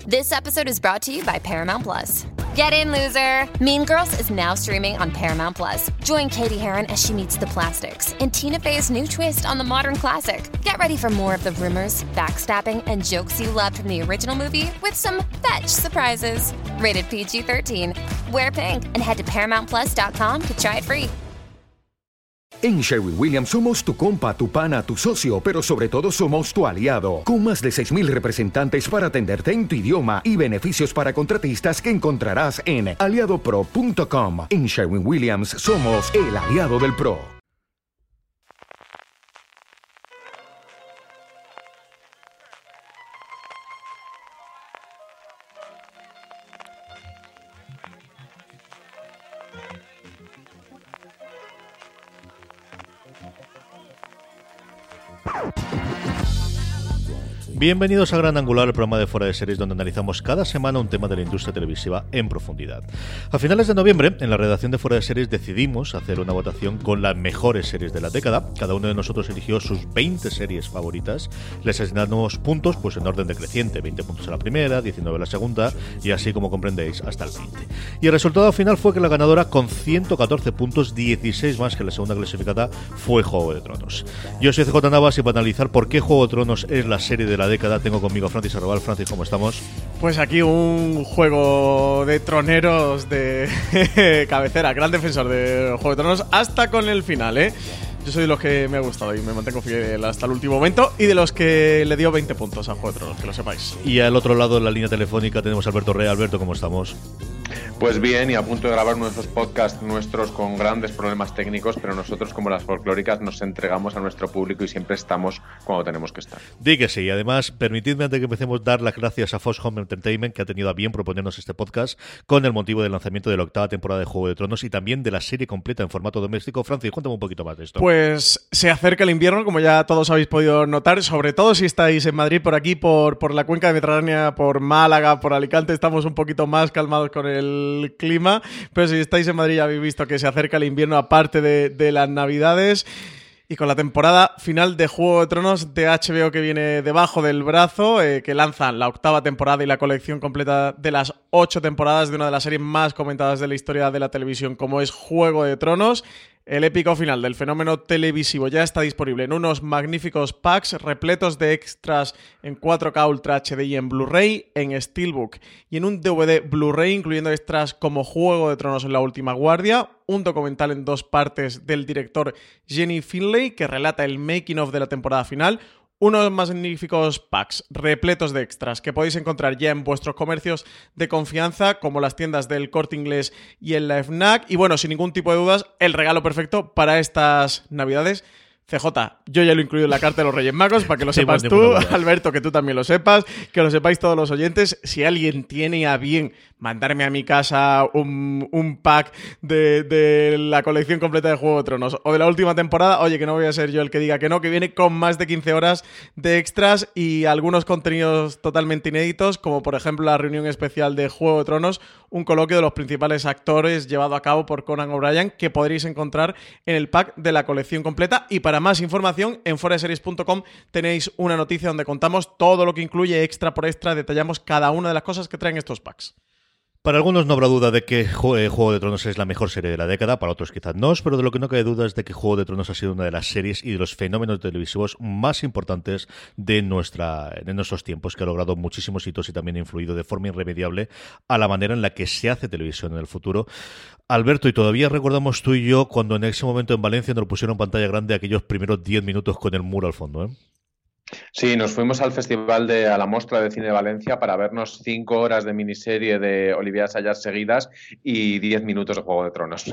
This episode is brought to you by Paramount Plus. Get in, loser! Mean Girls is now streaming on Paramount Plus. Join Katie Heron as she meets the plastics in Tina Fey's new twist on the modern classic. Get ready for more of the rumors, backstabbing, and jokes you loved from the original movie with some fetch surprises. Rated PG-13. Wear pink and head to ParamountPlus.com to try it free. En Sherwin-Williams somos tu compa, tu pana, tu socio, pero sobre todo somos tu aliado, con más de 6,000 representantes para atenderte en tu idioma y beneficios para contratistas que encontrarás en aliadopro.com. En Sherwin-Williams somos el aliado del pro. Bienvenidos a Gran Angular, el programa de Fuera de Series, donde analizamos cada semana un tema de la industria televisiva en profundidad. A finales de noviembre, en la redacción de Fuera de Series decidimos hacer una votación con las mejores series de la década. Cada uno de nosotros eligió sus 20 series favoritas. Les asignamos puntos pues en orden decreciente, 20 puntos a la primera, 19 a la segunda y así, como comprendéis, hasta el 20. Y el resultado final fue que la ganadora, con 114 puntos, 16 más que la segunda clasificada, fue Juego de Tronos. Yo soy CJ Navas y para analizar por qué Juego de Tronos es la serie de la década tengo conmigo a Francis Arrabal. Francis, ¿cómo estamos? Pues aquí un juego de troneros de cabecera, gran defensor de Juego de Tronos hasta con el final, ¿eh? Yo soy de los que me ha gustado y me mantengo fiel hasta el último momento y de los que le dio 20 puntos a Juego de Tronos, que lo sepáis. Y al otro lado de la línea telefónica tenemos a Alberto Rea. Alberto, ¿cómo estamos? Pues bien, y a punto de grabar uno de esos podcasts nuestros con grandes problemas técnicos, pero nosotros, como las folclóricas, nos entregamos a nuestro público y siempre estamos cuando tenemos que estar. Di que sí. Y además, permitidme, antes de que empecemos, dar las gracias a Fox Home Entertainment, que ha tenido a bien proponernos este podcast con el motivo del lanzamiento de la 8ª temporada de Juego de Tronos y también de la serie completa en formato doméstico. Francis, cuéntame un poquito más de esto. Pues se acerca el invierno, como ya todos habéis podido notar, sobre todo si estáis en Madrid, por aquí, por la cuenca mediterránea, por Málaga, por Alicante, estamos un poquito más calmados con el clima. Pero si estáis en Madrid ya habéis visto que se acerca el invierno, aparte de las Navidades. Y con la temporada final de Juego de Tronos de HBO que viene debajo del brazo, que lanzan la 8ª temporada y la colección completa de las 8 temporadas de una de las series más comentadas de la historia de la televisión, como es Juego de Tronos. El épico final del fenómeno televisivo ya está disponible en unos magníficos packs repletos de extras en 4K Ultra HD y en Blu-ray, en Steelbook y en un DVD Blu-ray, incluyendo extras como Juego de Tronos en la última guardia, un documental en 2 partes del director Jenny Finlay que relata el making of de la temporada final, unos magníficos packs repletos de extras que podéis encontrar ya en vuestros comercios de confianza, como las tiendas del Corte Inglés y en la FNAC. Y bueno, sin ningún tipo de dudas, el regalo perfecto para estas Navidades. CJ, yo ya lo he incluido en la carta de los Reyes Magos, para que lo sepas tú, Alberto, que tú también lo sepas, que lo sepáis todos los oyentes. Si alguien tiene a bien mandarme a mi casa un pack de la colección completa de Juego de Tronos o de la última temporada, oye, que no voy a ser yo el que diga que no, que viene con más de 15 horas de extras y algunos contenidos totalmente inéditos, como por ejemplo la reunión especial de Juego de Tronos, un coloquio de los principales actores llevado a cabo por Conan O'Brien, que podréis encontrar en el pack de la colección completa. Y para más información, en fueraseries.com tenéis una noticia donde contamos todo lo que incluye extra por extra, detallamos cada una de las cosas que traen estos packs. Para algunos no habrá duda de que Juego de Tronos es la mejor serie de la década, para otros quizás no, pero de lo que no cabe duda es de que Juego de Tronos ha sido una de las series y de los fenómenos televisivos más importantes de nuestros tiempos, que ha logrado muchísimos hitos y también ha influido de forma irremediable a la manera en la que se hace televisión en el futuro. Alberto, y todavía recordamos tú y yo cuando en ese momento en Valencia nos pusieron en pantalla grande aquellos primeros 10 minutos con el muro al fondo, ¿eh? Sí, nos fuimos al festival a la Mostra de Cine de Valencia para vernos 5 horas de miniserie de Olivier Assayas seguidas y 10 minutos de Juego de Tronos.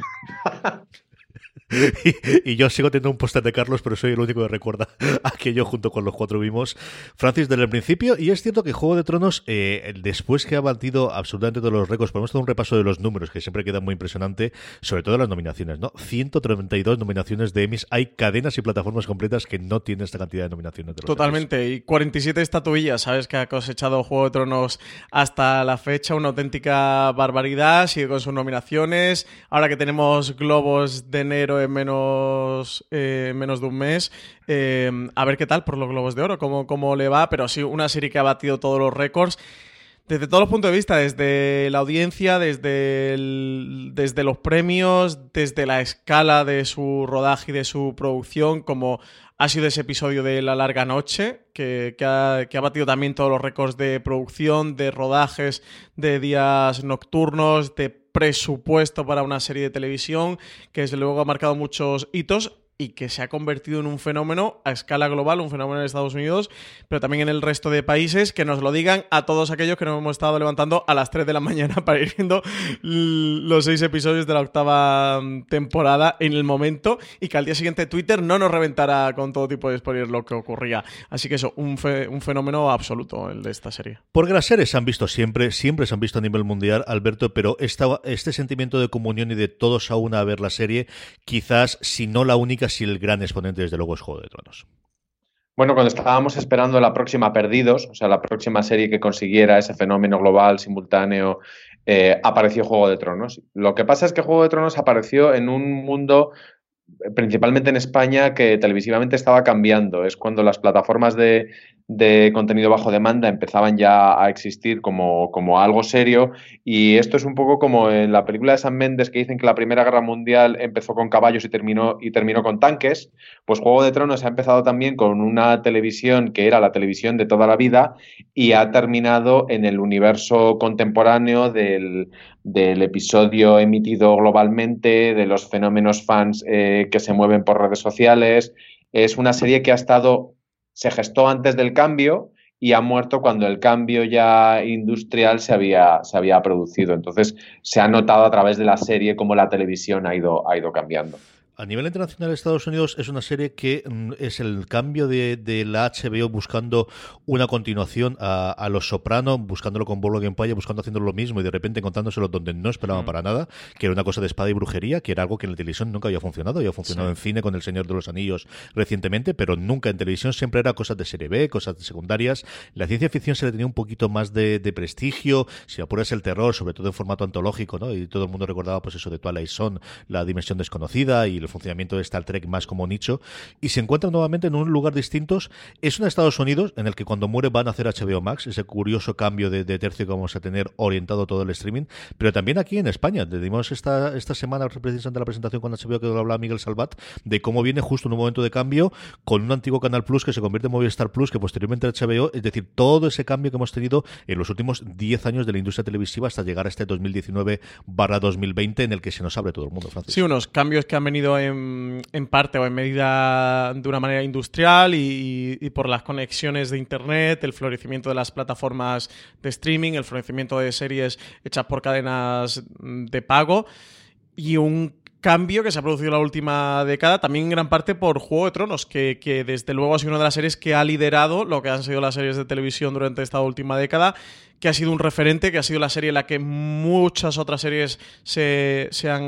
Y yo sigo teniendo un póster de Carlos, pero soy el único que recuerda aquello junto con los 4 vimos. Francis, desde el principio, y es cierto que Juego de Tronos, después que ha batido absolutamente todos los récords, podemos hacer un repaso de los números, que siempre queda muy impresionante, sobre todo las nominaciones, ¿no? 132 nominaciones de Emmys. Hay cadenas y plataformas completas que no tienen esta cantidad de nominaciones de los Totalmente, Emmys. Y 47 estatuillas, ¿sabes? Que ha cosechado Juego de Tronos hasta la fecha, una auténtica barbaridad, sigue con sus nominaciones. Ahora que tenemos Globos de enero en menos de un mes, a ver qué tal por los Globos de Oro, cómo le va, pero sí, una serie que ha batido todos los récords. Desde todos los puntos de vista, desde la audiencia, desde los premios, desde la escala de su rodaje y de su producción, como ha sido ese episodio de La larga noche, que ha batido también todos los récords de producción, de rodajes, de días nocturnos, de presupuesto para una serie de televisión, que desde luego ha marcado muchos hitos y que se ha convertido en un fenómeno a escala global, un fenómeno en Estados Unidos, pero también en el resto de países. Que nos lo digan a todos aquellos que nos hemos estado levantando a las 3 de la mañana para ir viendo los 6 episodios de la 8ª temporada en el momento, y que al día siguiente Twitter no nos reventara con todo tipo de spoilers lo que ocurría. Así que eso, un fenómeno absoluto el de esta serie. Porque las series se han visto siempre se han visto a nivel mundial, Alberto, pero este sentimiento de comunión y de todos a una a ver la serie, quizás, si no la única, si el gran exponente, desde luego, es Juego de Tronos. Bueno, cuando estábamos esperando la próxima Perdidos, o sea, la próxima serie que consiguiera ese fenómeno global, simultáneo, apareció Juego de Tronos. Lo que pasa es que Juego de Tronos apareció en un mundo, principalmente en España, que televisivamente estaba cambiando. Es cuando las plataformas de contenido bajo demanda empezaban ya a existir como algo serio, y esto es un poco como en la película de Sam Mendes, que dicen que la Primera Guerra Mundial empezó con caballos y terminó con tanques. Pues Juego de Tronos ha empezado también con una televisión que era la televisión de toda la vida y ha terminado en el universo contemporáneo del episodio emitido globalmente, de los fenómenos fans que se mueven por redes sociales. Es una serie que se gestó antes del cambio y ha muerto cuando el cambio ya industrial se había producido. Entonces se ha notado a través de la serie cómo la televisión ha ido cambiando. A nivel internacional, Estados Unidos es una serie que es el cambio de la HBO buscando una continuación a Los Soprano, buscándolo con Bolo Empire, buscando haciendo lo mismo y de repente encontrándoselo donde no esperaban para nada, que era una cosa de espada y brujería, que era algo que en la televisión nunca había funcionado en cine con El Señor de los Anillos recientemente, pero nunca en televisión. Siempre era cosas de serie B, cosas secundarias. La ciencia ficción se le tenía un poquito más de prestigio, si apuras el terror, sobre todo en formato antológico, ¿no? Y todo el mundo recordaba pues eso de Twilight Zone, La Dimensión Desconocida, y el funcionamiento de Star Trek más como nicho, y se encuentran nuevamente en un lugar distinto. Es un Estados Unidos en el que cuando muere van a hacer HBO Max, ese curioso cambio de tercio que vamos a tener orientado todo el streaming, pero también aquí en España. Dimos esta semana, precisamente la presentación con HBO, que lo hablaba Miguel Salvat, de cómo viene justo en un momento de cambio con un antiguo Canal Plus que se convierte en Movistar Plus, que posteriormente HBO, es decir, todo ese cambio que hemos tenido en los últimos 10 años de la industria televisiva hasta llegar a este 2019/2020 en el que se nos abre todo el mundo, Francis. Sí, unos cambios que han venido en parte o en medida de una manera industrial y por las conexiones de internet, el florecimiento de las plataformas de streaming, el florecimiento de series hechas por cadenas de pago, y un cambio que se ha producido en la última década, también en gran parte por Juego de Tronos, que desde luego ha sido una de las series que ha liderado lo que han sido las series de televisión durante esta última década, que ha sido un referente, que ha sido la serie en la que muchas otras series se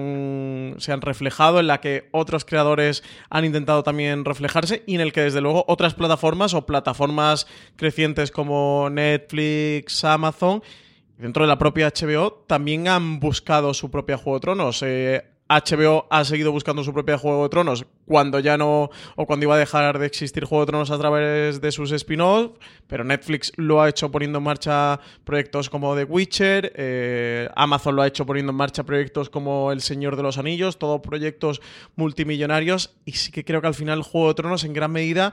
han reflejado, en la que otros creadores han intentado también reflejarse, y en el que desde luego otras plataformas o plataformas crecientes como Netflix, Amazon, dentro de la propia HBO, también han buscado su propia Juego de Tronos. HBO ha seguido buscando su propia Juego de Tronos cuando ya no, o cuando iba a dejar de existir Juego de Tronos a través de sus spin-offs, pero Netflix lo ha hecho poniendo en marcha proyectos como The Witcher, Amazon lo ha hecho poniendo en marcha proyectos como El Señor de los Anillos, todos proyectos multimillonarios, y sí que creo que al final Juego de Tronos en gran medida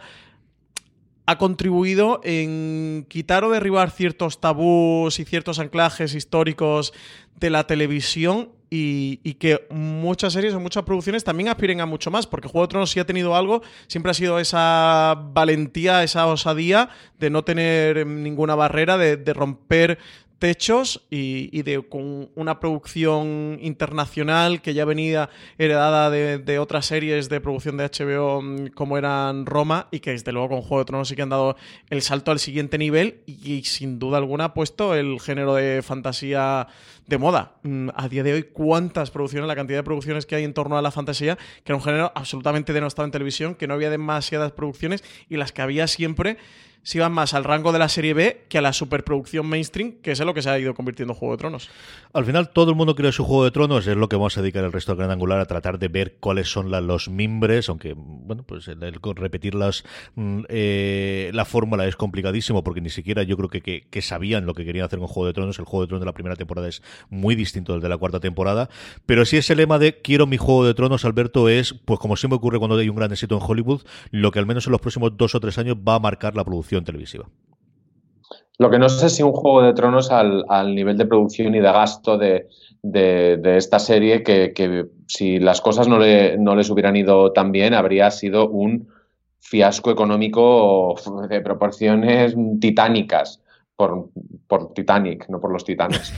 ha contribuido en quitar o derribar ciertos tabús y ciertos anclajes históricos de la televisión, y que muchas series o muchas producciones también aspiren a mucho más, porque Juego de Tronos sí ha tenido algo, siempre ha sido esa valentía, esa osadía de no tener ninguna barrera, de romper techos y con una producción internacional que ya venía heredada de otras series de producción de HBO como eran Roma, y que desde luego con Juego de Tronos sí que han dado el salto al siguiente nivel y sin duda alguna ha puesto el género de fantasía de moda. A día de hoy, ¿cuántas producciones, la cantidad de producciones que hay en torno a la fantasía, que era un género absolutamente denostado en televisión, que no había demasiadas producciones y las que había siempre se iban más al rango de la serie B que a la superproducción mainstream, que es en lo que se ha ido convirtiendo Juego de Tronos. Al final todo el mundo quiere su Juego de Tronos, es lo que vamos a dedicar el resto del Gran Angular a tratar de ver cuáles son los mimbres, aunque bueno, pues el repetir la fórmula es complicadísimo porque ni siquiera yo creo que sabían lo que querían hacer con Juego de Tronos. El Juego de Tronos de la primera temporada es muy distinto del de la cuarta temporada, pero sí ese lema de quiero mi Juego de Tronos, Alberto, es, pues como siempre ocurre cuando hay un gran éxito en Hollywood, lo que al menos en los próximos 2 o 3 años va a marcar la producción televisiva. Lo que no sé si un Juego de Tronos al nivel de producción y de gasto de esta serie, que si las cosas no les hubieran ido tan bien, habría sido un fiasco económico de proporciones titánicas. Por Titanic, no por los titanes.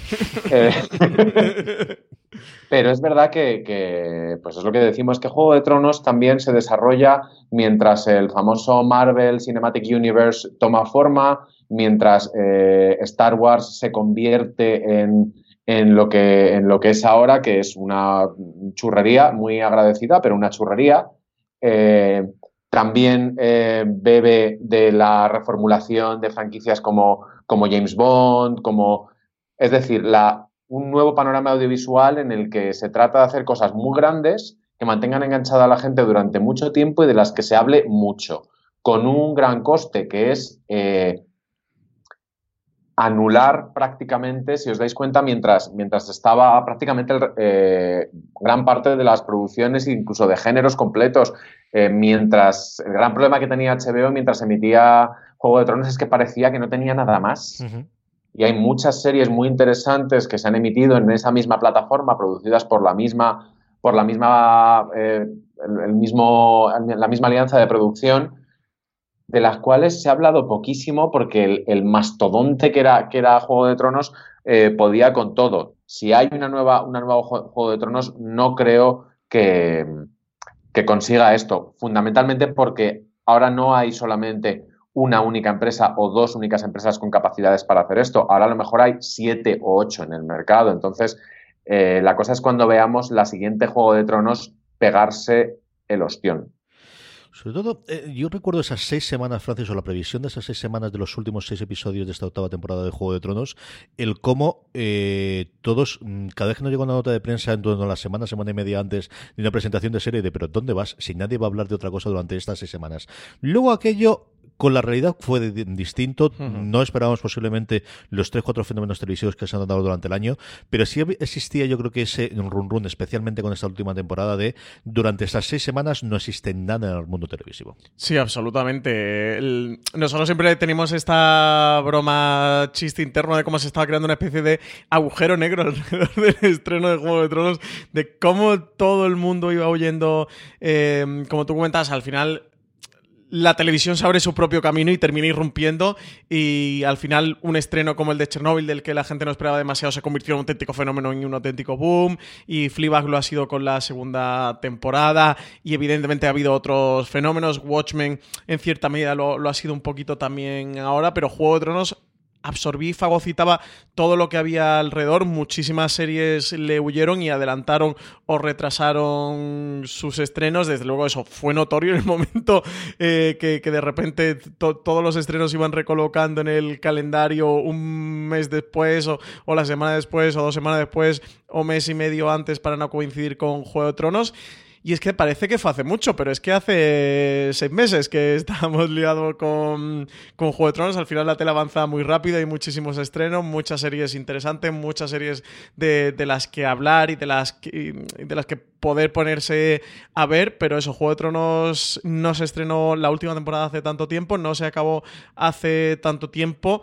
Pero es verdad que pues es lo que decimos, que Juego de Tronos también se desarrolla mientras el famoso Marvel Cinematic Universe toma forma, mientras Star Wars se convierte en lo que es ahora, que es una churrería muy agradecida, pero una churrería. También bebe de la reformulación de franquicias como James Bond, es decir, un nuevo panorama audiovisual en el que se trata de hacer cosas muy grandes que mantengan enganchada a la gente durante mucho tiempo y de las que se hable mucho, con un gran coste que es anular prácticamente, si os dais cuenta, mientras estaba prácticamente gran parte de las producciones, incluso de géneros completos, mientras el gran problema que tenía HBO mientras emitía Juego de Tronos es que parecía que no tenía nada más. Uh-huh. Y hay muchas series muy interesantes que se han emitido en esa misma plataforma, producidas por la misma alianza de producción, de las cuales se ha hablado poquísimo porque el mastodonte que era Juego de Tronos podía con todo. Si hay una nueva Juego de Tronos, no creo que consiga esto. Fundamentalmente porque ahora no hay solamente una única empresa o 2 únicas empresas con capacidades para hacer esto. Ahora a lo mejor hay 7 o 8 en el mercado. Entonces, la cosa es cuando veamos la siguiente Juego de Tronos pegarse el ostión. Sobre todo, yo recuerdo esas 6 semanas, Francis, o la previsión de esas 6 semanas de los últimos 6 episodios de esta 8ª temporada de Juego de Tronos, el cómo todos, cada vez que nos llega una nota de prensa en torno a la semana y media antes de una presentación de serie, pero ¿dónde vas? Si nadie va a hablar de otra cosa durante estas 6 semanas. Luego aquello con la realidad fue distinto. Uh-huh. No esperábamos posiblemente los 3-4 fenómenos televisivos que se han dado durante el año, pero sí existía, yo creo que ese run, especialmente con esta última temporada, de durante esas 6 semanas no existe nada en el mundo televisivo. Sí, absolutamente. Nosotros siempre tenemos esta broma chiste interno de cómo se estaba creando una especie de agujero negro alrededor del estreno de Juego de Tronos, de cómo todo el mundo iba huyendo, como tú comentas, al final la televisión se abre su propio camino y termina irrumpiendo, y al final un estreno como el de Chernobyl, del que la gente no esperaba demasiado, se convirtió en un auténtico fenómeno, en un auténtico boom, y Fleabag lo ha sido con la segunda temporada, y evidentemente ha habido otros fenómenos. Watchmen en cierta medida lo ha sido un poquito también ahora, pero Juego de Tronos absorbí y fagocitaba todo lo que había alrededor. Muchísimas series le huyeron y adelantaron o retrasaron sus estrenos. Desde luego eso fue notorio en el momento que de repente todos los estrenos iban recolocando en el calendario un mes después o la semana después o 2 semanas después o mes y medio antes para no coincidir con Juego de Tronos. Y es que parece que fue hace mucho, pero es que hace 6 meses que estábamos liados con Juego de Tronos. Al final la tele avanza muy rápido, hay muchísimos estrenos, muchas series interesantes, muchas series de las que hablar y de las que poder ponerse a ver, pero eso, Juego de Tronos no se estrenó la última temporada hace tanto tiempo, no se acabó hace tanto tiempo.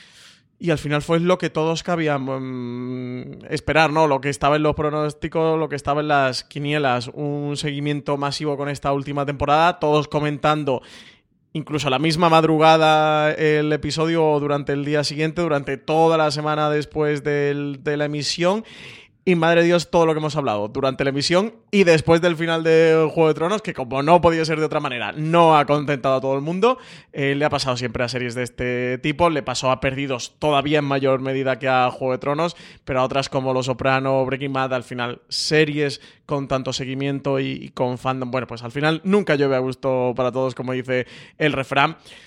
Y al final fue lo que todos cabíamos esperar, ¿no? Lo que estaba en los pronósticos, lo que estaba en las quinielas. Un seguimiento masivo con esta última temporada, todos comentando incluso a la misma madrugada el episodio o durante el día siguiente, durante toda la semana después de la emisión. Y madre de Dios, todo lo que hemos hablado durante la emisión y después del final de Juego de Tronos, que como no podía ser de otra manera, no ha contentado a todo el mundo. Le ha pasado siempre a series de este tipo, le pasó a Perdidos todavía en mayor medida que a Juego de Tronos, pero a otras como Los Soprano, Breaking Bad, al final series con tanto seguimiento y con fandom, bueno, pues al final nunca llueve a gusto para todos, como dice el refrán.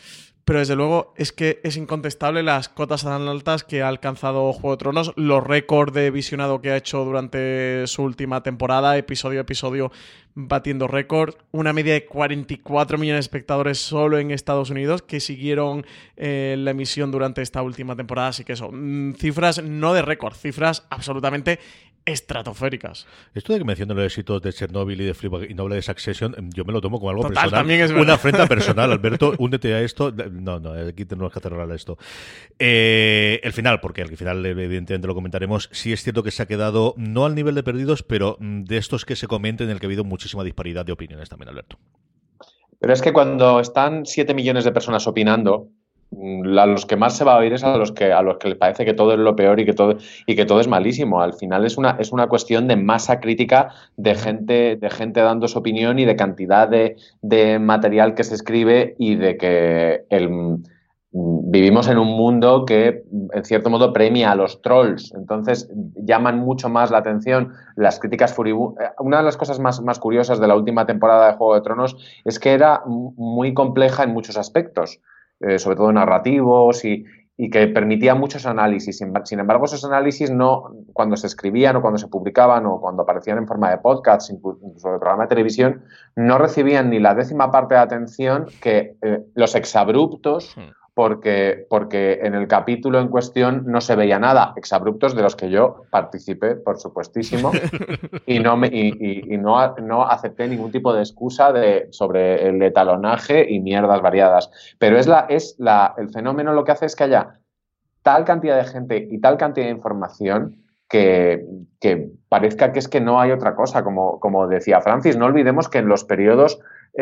pero desde luego es que es incontestable las cotas tan altas que ha alcanzado Juego de Tronos, los récords de visionado que ha hecho durante su última temporada, episodio a episodio batiendo récord, una media de 44 millones de espectadores solo en Estados Unidos que siguieron la emisión durante esta última temporada, así que eso, cifras no de récord, cifras absolutamente estratosféricas. Esto de que menciono los éxitos de Chernobyl y de Fleabag y no habla de Succession, yo me lo tomo como algo Total, personal. también es verdad. Una afrenta personal. Alberto, únete a esto. No, aquí tenemos que cerrar esto. El final, porque al final evidentemente lo comentaremos, sí es cierto que se ha quedado, no al nivel de Perdidos, pero de estos que se comenten en el que ha habido muchísima disparidad de opiniones también, Alberto. Pero es que cuando están 7 millones de personas opinando, a los que más se va a oír es a los que les parece que todo es lo peor y que todo es malísimo. Al final es una cuestión de masa crítica, de gente dando su opinión y de cantidad de material que se escribe y de que vivimos en un mundo que en cierto modo premia a los trolls, entonces llaman mucho más la atención las críticas furibundas. Una de las cosas más curiosas de la última temporada de Juego de Tronos es que era muy compleja en muchos aspectos, sobre todo narrativos y que permitía muchos análisis. Sin embargo, esos análisis no, cuando se escribían o cuando se publicaban o cuando aparecían en forma de podcast, incluso de programa de televisión, no recibían ni la 10ª parte de atención que los exabruptos, porque en el capítulo en cuestión no se veía nada. Exabruptos de los que yo participé, por supuestísimo, y no acepté ningún tipo de excusa sobre el etalonaje y mierdas variadas. Pero el fenómeno lo que hace es que haya tal cantidad de gente y tal cantidad de información que parezca que es que no hay otra cosa. Como decía Francis, no olvidemos que en los periodos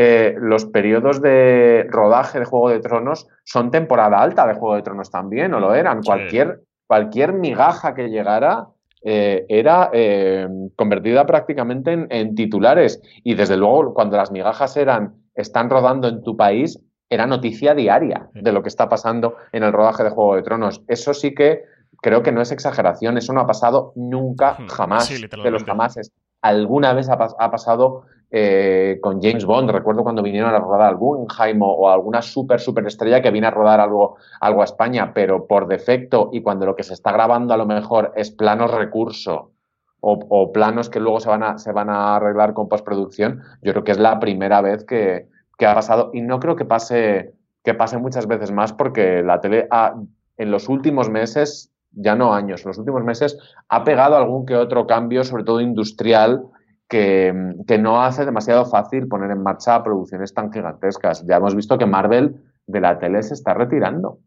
de rodaje de Juego de Tronos son temporada alta de Juego de Tronos también, o lo eran. Sí. Cualquier migaja que llegara era convertida prácticamente en titulares. Y desde luego, cuando las migajas están rodando en tu país, era noticia diaria de lo que está pasando en el rodaje de Juego de Tronos. Eso sí que creo que no es exageración, eso no ha pasado nunca, jamás, sí, de los jamases. Alguna vez ha pasado con James Bond. Recuerdo cuando vinieron a rodar al Guggenheim o alguna super estrella que viene a rodar algo a España, pero por defecto, y cuando lo que se está grabando a lo mejor es planos recurso o planos que luego se van a arreglar con postproducción, yo creo que es la primera vez que ha pasado, y no creo que pase muchas veces más, porque la tele en los últimos meses, ya no años, en los últimos meses ha pegado algún que otro cambio, sobre todo industrial, que no hace demasiado fácil poner en marcha producciones tan gigantescas. Ya hemos visto que Marvel de la tele se está retirando.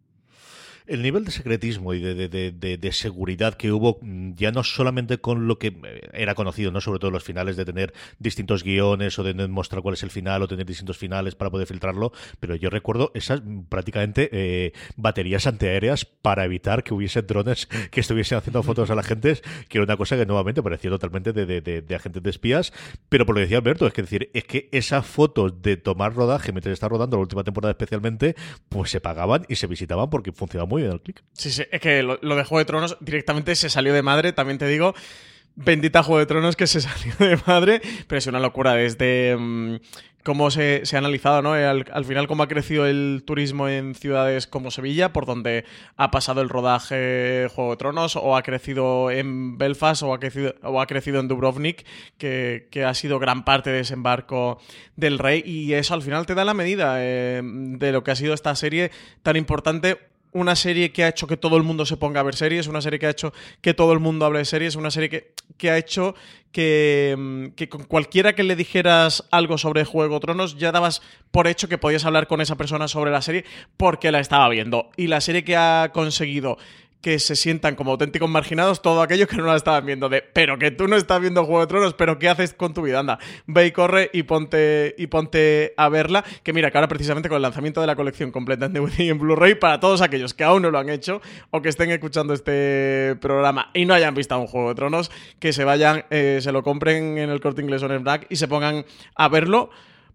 El nivel de secretismo y de seguridad que hubo, ya no solamente con lo que era conocido, no, sobre todo los finales, de tener distintos guiones o de mostrar cuál es el final o tener distintos finales para poder filtrarlo, pero yo recuerdo esas prácticamente baterías antiaéreas para evitar que hubiese drones que estuviesen haciendo fotos a la gente, que era una cosa que nuevamente parecía totalmente de agentes de espías. Pero por lo que decía Alberto, es que esas fotos de tomar rodaje mientras está rodando la última temporada especialmente, pues se pagaban y se visitaban porque funcionaba muy bien el click. Sí, es que lo de Juego de Tronos directamente se salió de madre, también te digo. Bendita Juego de Tronos que se salió de madre, pero es una locura desde cómo se ha analizado, ¿no? Al final cómo ha crecido el turismo en ciudades como Sevilla, por donde ha pasado el rodaje Juego de Tronos, o ha crecido en Belfast, o ha crecido en Dubrovnik, que ha sido gran parte de Desembarco del Rey, y eso al final te da la medida de lo que ha sido esta serie tan importante. Una serie que ha hecho que todo el mundo se ponga a ver series, una serie que ha hecho que todo el mundo hable de series, una serie que ha hecho que con cualquiera que le dijeras algo sobre Juego de Tronos ya dabas por hecho que podías hablar con esa persona sobre la serie porque la estaba viendo. Y la serie que ha conseguido que se sientan como auténticos marginados todo aquellos que no la estaban viendo, pero que tú no estás viendo Juego de Tronos, pero ¿qué haces con tu vida? Anda, ve y corre y ponte a verla, que mira, que ahora precisamente con el lanzamiento de la colección completa en DVD y en Blu-ray, para todos aquellos que aún no lo han hecho o que estén escuchando este programa y no hayan visto un Juego de Tronos, que se vayan, se lo compren en el Corte Inglés o en el Fnac y se pongan a verlo,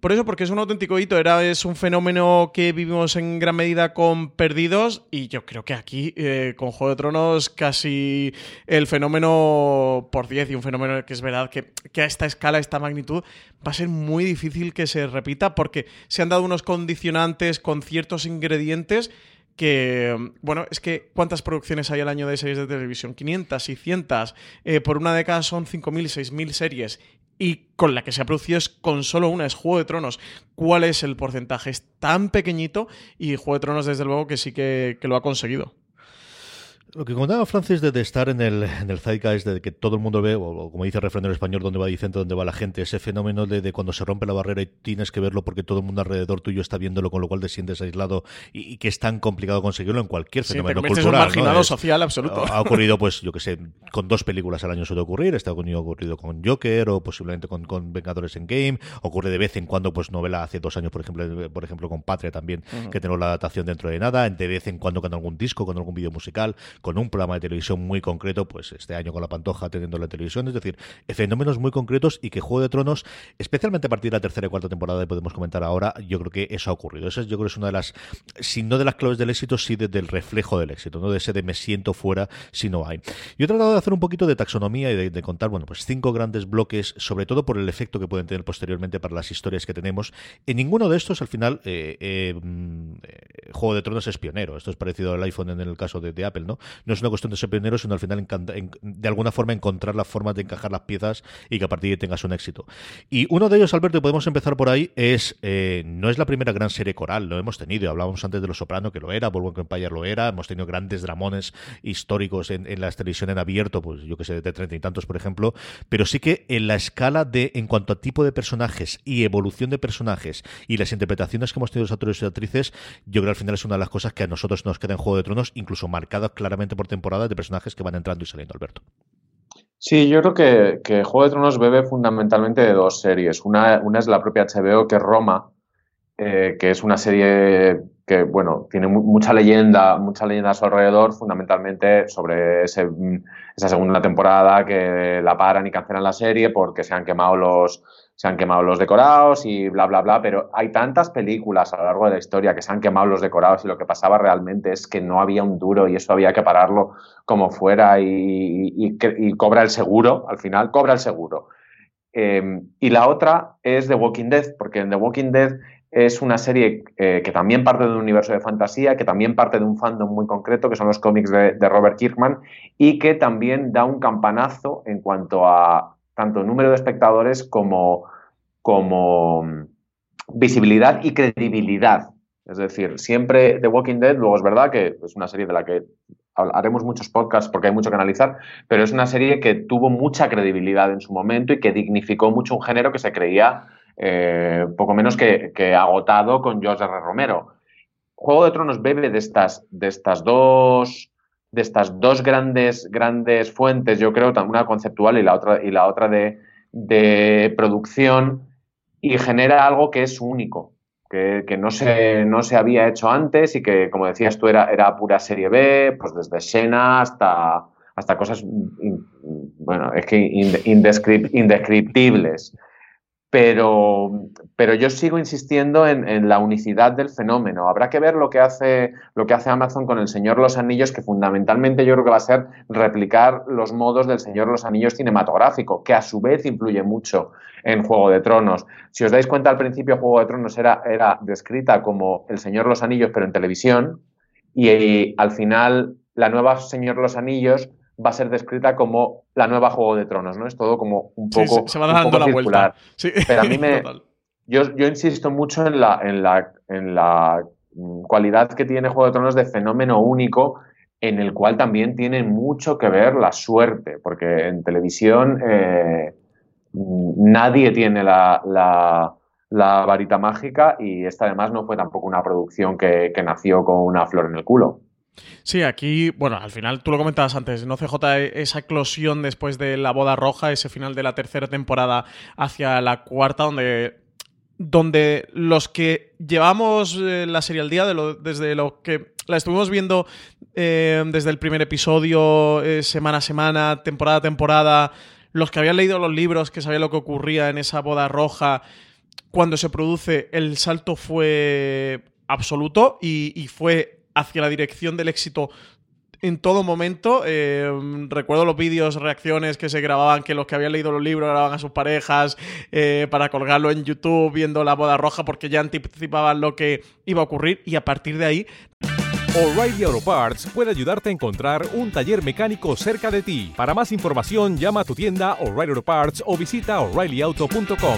por eso, porque es un auténtico hito, es un fenómeno que vivimos en gran medida con Perdidos, y yo creo que aquí, con Juego de Tronos, casi el fenómeno por 10, y un fenómeno que es verdad que a esta escala, a esta magnitud, va a ser muy difícil que se repita, porque se han dado unos condicionantes con ciertos ingredientes que, bueno, es que ¿cuántas producciones hay al año de series de televisión? 500, 600, por una década son 5.000, 6.000 series, y con la que se ha producido es con solo una, es Juego de Tronos. ¿Cuál es el porcentaje? Es tan pequeñito, y Juego de Tronos desde luego que sí que lo ha conseguido. Lo que comentaba Francis de estar en el zeitgeist, de que todo el mundo ve, o como dice el refrán en español, donde va Vicente, donde va la gente, ese fenómeno de cuando se rompe la barrera y tienes que verlo porque todo el mundo alrededor tuyo está viéndolo, con lo cual te sientes aislado y que es tan complicado conseguirlo en cualquier fenómeno cultural. Es un marginado, ¿no? Social absoluto. Ha ocurrido, pues, yo que sé, con 2 películas al año suele ocurrir, ha ocurrido con Joker o posiblemente con Vengadores Endgame, ocurre de vez en cuando, pues novela hace 2 años, por ejemplo con Patria también, que tenemos la adaptación dentro de nada, de vez en cuando con algún disco, con algún vídeo musical, con un programa de televisión muy concreto, pues este año con La Pantoja teniendo la televisión, es decir, fenómenos muy concretos, y que Juego de Tronos, especialmente a partir de la 3ª y 4ª temporada, podemos comentar ahora, yo creo que eso ha ocurrido. Eso yo creo que es una de las, si no de las claves del éxito, sí del reflejo del éxito, no de ese de me siento fuera si no hay. Yo he tratado de hacer un poquito de taxonomía y de contar, bueno, pues 5 grandes bloques, sobre todo por el efecto que pueden tener posteriormente para las historias que tenemos. En ninguno de estos, al final, Juego de Tronos es pionero. Esto es parecido al iPhone en el caso de Apple, ¿no? No es una cuestión de ser pionero, sino al final de alguna forma encontrar las formas de encajar las piezas y que a partir de ahí tengas un éxito. Y uno de ellos, Alberto, y podemos empezar por ahí, no es la primera gran serie coral, lo hemos tenido, hablábamos antes de Los Soprano, que lo era, Boardwalk Empire lo era, hemos tenido grandes dramones históricos en la televisión en abierto, pues yo que sé, de 30 y tantos, por ejemplo, pero sí que en la escala en cuanto a tipo de personajes y evolución de personajes y las interpretaciones que hemos tenido los actores y actrices, yo creo que al final es una de las cosas que a nosotros nos queda en Juego de Tronos, incluso marcadas claramente por temporada, de personajes que van entrando y saliendo, Alberto. Sí, yo creo que Juego de Tronos bebe fundamentalmente de 2 series. Una es la propia HBO, que es Roma, que es una serie que, bueno, tiene mucha leyenda a su alrededor, fundamentalmente sobre esa segunda temporada que la paran y cancelan la serie porque se han quemado los decorados y bla, bla, bla, pero hay tantas películas a lo largo de la historia que se han quemado los decorados y lo que pasaba realmente es que no había un duro y eso había que pararlo como fuera y cobra el seguro, al final cobra el seguro. Y la otra es The Walking Dead, porque en The Walking Dead es una serie que también parte de un universo de fantasía, que también parte de un fandom muy concreto, que son los cómics de Robert Kirkman, y que también da un campanazo en cuanto a tanto número de espectadores como visibilidad y credibilidad. Es decir, siempre The Walking Dead, luego es verdad que es una serie de la que haremos muchos podcasts porque hay mucho que analizar, pero es una serie que tuvo mucha credibilidad en su momento y que dignificó mucho un género que se creía poco menos que agotado con George R. Romero. Juego de Tronos bebe de estas dos grandes fuentes, yo creo, una conceptual y la otra de producción, y genera algo que es único, que no se había hecho antes y que, como decías tú, era pura serie B, pues desde Xena hasta cosas, bueno, es que indescriptibles. Pero yo sigo insistiendo en la unicidad del fenómeno. Habrá que ver lo que hace Amazon con El Señor de los Anillos, que fundamentalmente yo creo que va a ser replicar los modos del Señor de los Anillos cinematográfico, que a su vez influye mucho en Juego de Tronos. Si os dais cuenta, al principio Juego de Tronos era descrita como El Señor de los Anillos, pero en televisión, y al final la nueva Señor de los Anillos va a ser descrita como la nueva Juego de Tronos, ¿no? Es todo como un poco, sí, se va dando la vuelta. Sí. Pero a mí yo insisto mucho en la cualidad que tiene Juego de Tronos de fenómeno único, en el cual también tiene mucho que ver la suerte, porque en televisión nadie tiene la varita mágica, y esta además no fue tampoco una producción que nació con una flor en el culo. Sí, aquí, bueno, al final tú lo comentabas antes, ¿no, CJ? Esa eclosión después de La Boda Roja, ese final de la 3ª temporada hacia la 4ª, donde los que llevamos la serie al día, desde lo que la estuvimos viendo desde el primer episodio, semana a semana, temporada a temporada, los que habían leído los libros, que sabían lo que ocurría en esa Boda Roja, cuando se produce el salto fue absoluto y fue hacia la dirección del éxito en todo momento. Recuerdo los vídeos, reacciones que se grababan, que los que habían leído los libros grababan a sus parejas para colgarlo en YouTube viendo la boda roja, porque ya anticipaban lo que iba a ocurrir, y a partir de ahí... O'Reilly Auto Parts puede ayudarte a encontrar un taller mecánico cerca de ti. Para más información, llama a tu tienda O'Reilly Auto Parts o visita O'ReillyAuto.com.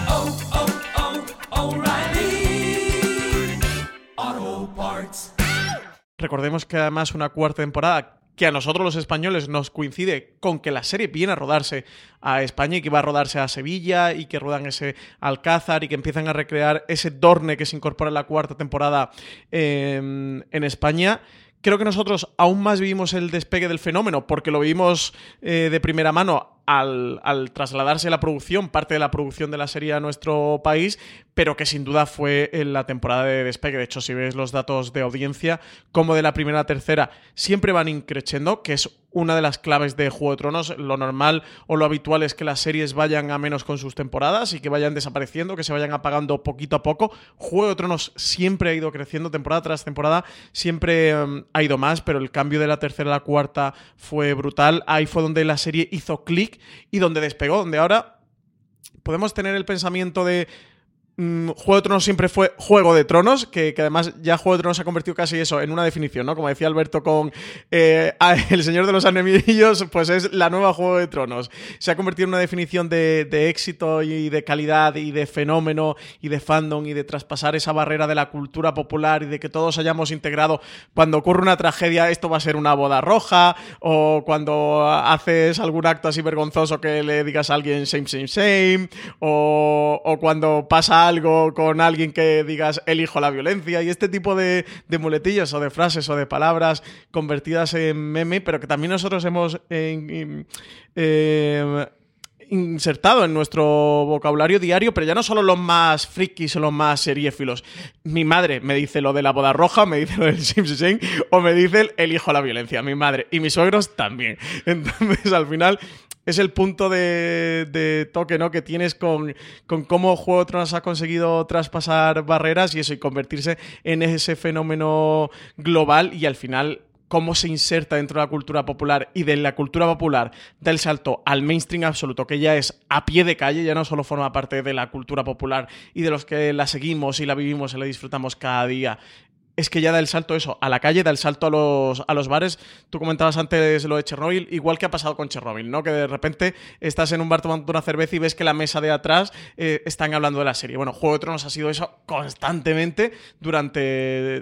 Recordemos que además una cuarta temporada que a nosotros los españoles nos coincide con que la serie viene a rodarse a España y que va a rodarse a Sevilla y que rodan ese Alcázar y que empiezan a recrear ese Dorne que se incorpora en la cuarta temporada en España. Creo que nosotros aún más vivimos el despegue del fenómeno porque lo vivimos de primera mano al trasladarse la producción, parte de la producción de la serie a nuestro país, pero que sin duda fue en la temporada de despegue. De hecho, si ves los datos de audiencia, como de la primera a tercera, siempre van increciendo, que es una de las claves de Juego de Tronos. Lo normal o lo habitual es que las series vayan a menos con sus temporadas y que vayan desapareciendo, que se vayan apagando poquito a poco. Juego de Tronos siempre ha ido creciendo, temporada tras temporada, siempre ha ido más, pero el cambio de la tercera a la cuarta fue brutal. Ahí fue donde la serie hizo clic y donde despegó, donde ahora podemos tener el pensamiento de Juego de Tronos siempre fue Juego de Tronos, que además ya Juego de Tronos se ha convertido casi eso en una definición, ¿no? Como decía Alberto con El Señor de los Anillos, pues es la nueva Juego de Tronos. Se ha convertido en una definición de éxito y de calidad y de fenómeno y de fandom y de traspasar esa barrera de la cultura popular y de que todos hayamos integrado cuando ocurre una tragedia, esto va a ser una boda roja, o cuando haces algún acto así vergonzoso que le digas a alguien same, same, same, o cuando pasa algo con alguien que digas elijo la violencia, y este tipo de muletillas o de frases o de palabras convertidas en meme, pero que también nosotros hemos insertado en nuestro vocabulario diario, pero ya no solo los más frikis o los más seriéfilos. Mi madre me dice lo de la boda roja, me dice lo del Simpson o me dice el elijo la violencia, mi madre y mis suegros también. Entonces al final es el punto de toque, ¿no?, que tienes con cómo Juego de Tronos ha conseguido traspasar barreras y eso, y convertirse en ese fenómeno global, y al final cómo se inserta dentro de la cultura popular, y de la cultura popular da el salto al mainstream absoluto, que ya es a pie de calle, ya no solo forma parte de la cultura popular y de los que la seguimos y la vivimos y la disfrutamos cada día. Es que ya da el salto eso, a la calle, da el salto a los bares. Tú comentabas antes lo de Chernobyl, igual que ha pasado con Chernobyl, ¿no? Que de repente estás en un bar tomando una cerveza y ves que la mesa de atrás están hablando de la serie. Bueno, Juego de Tronos ha sido eso constantemente durante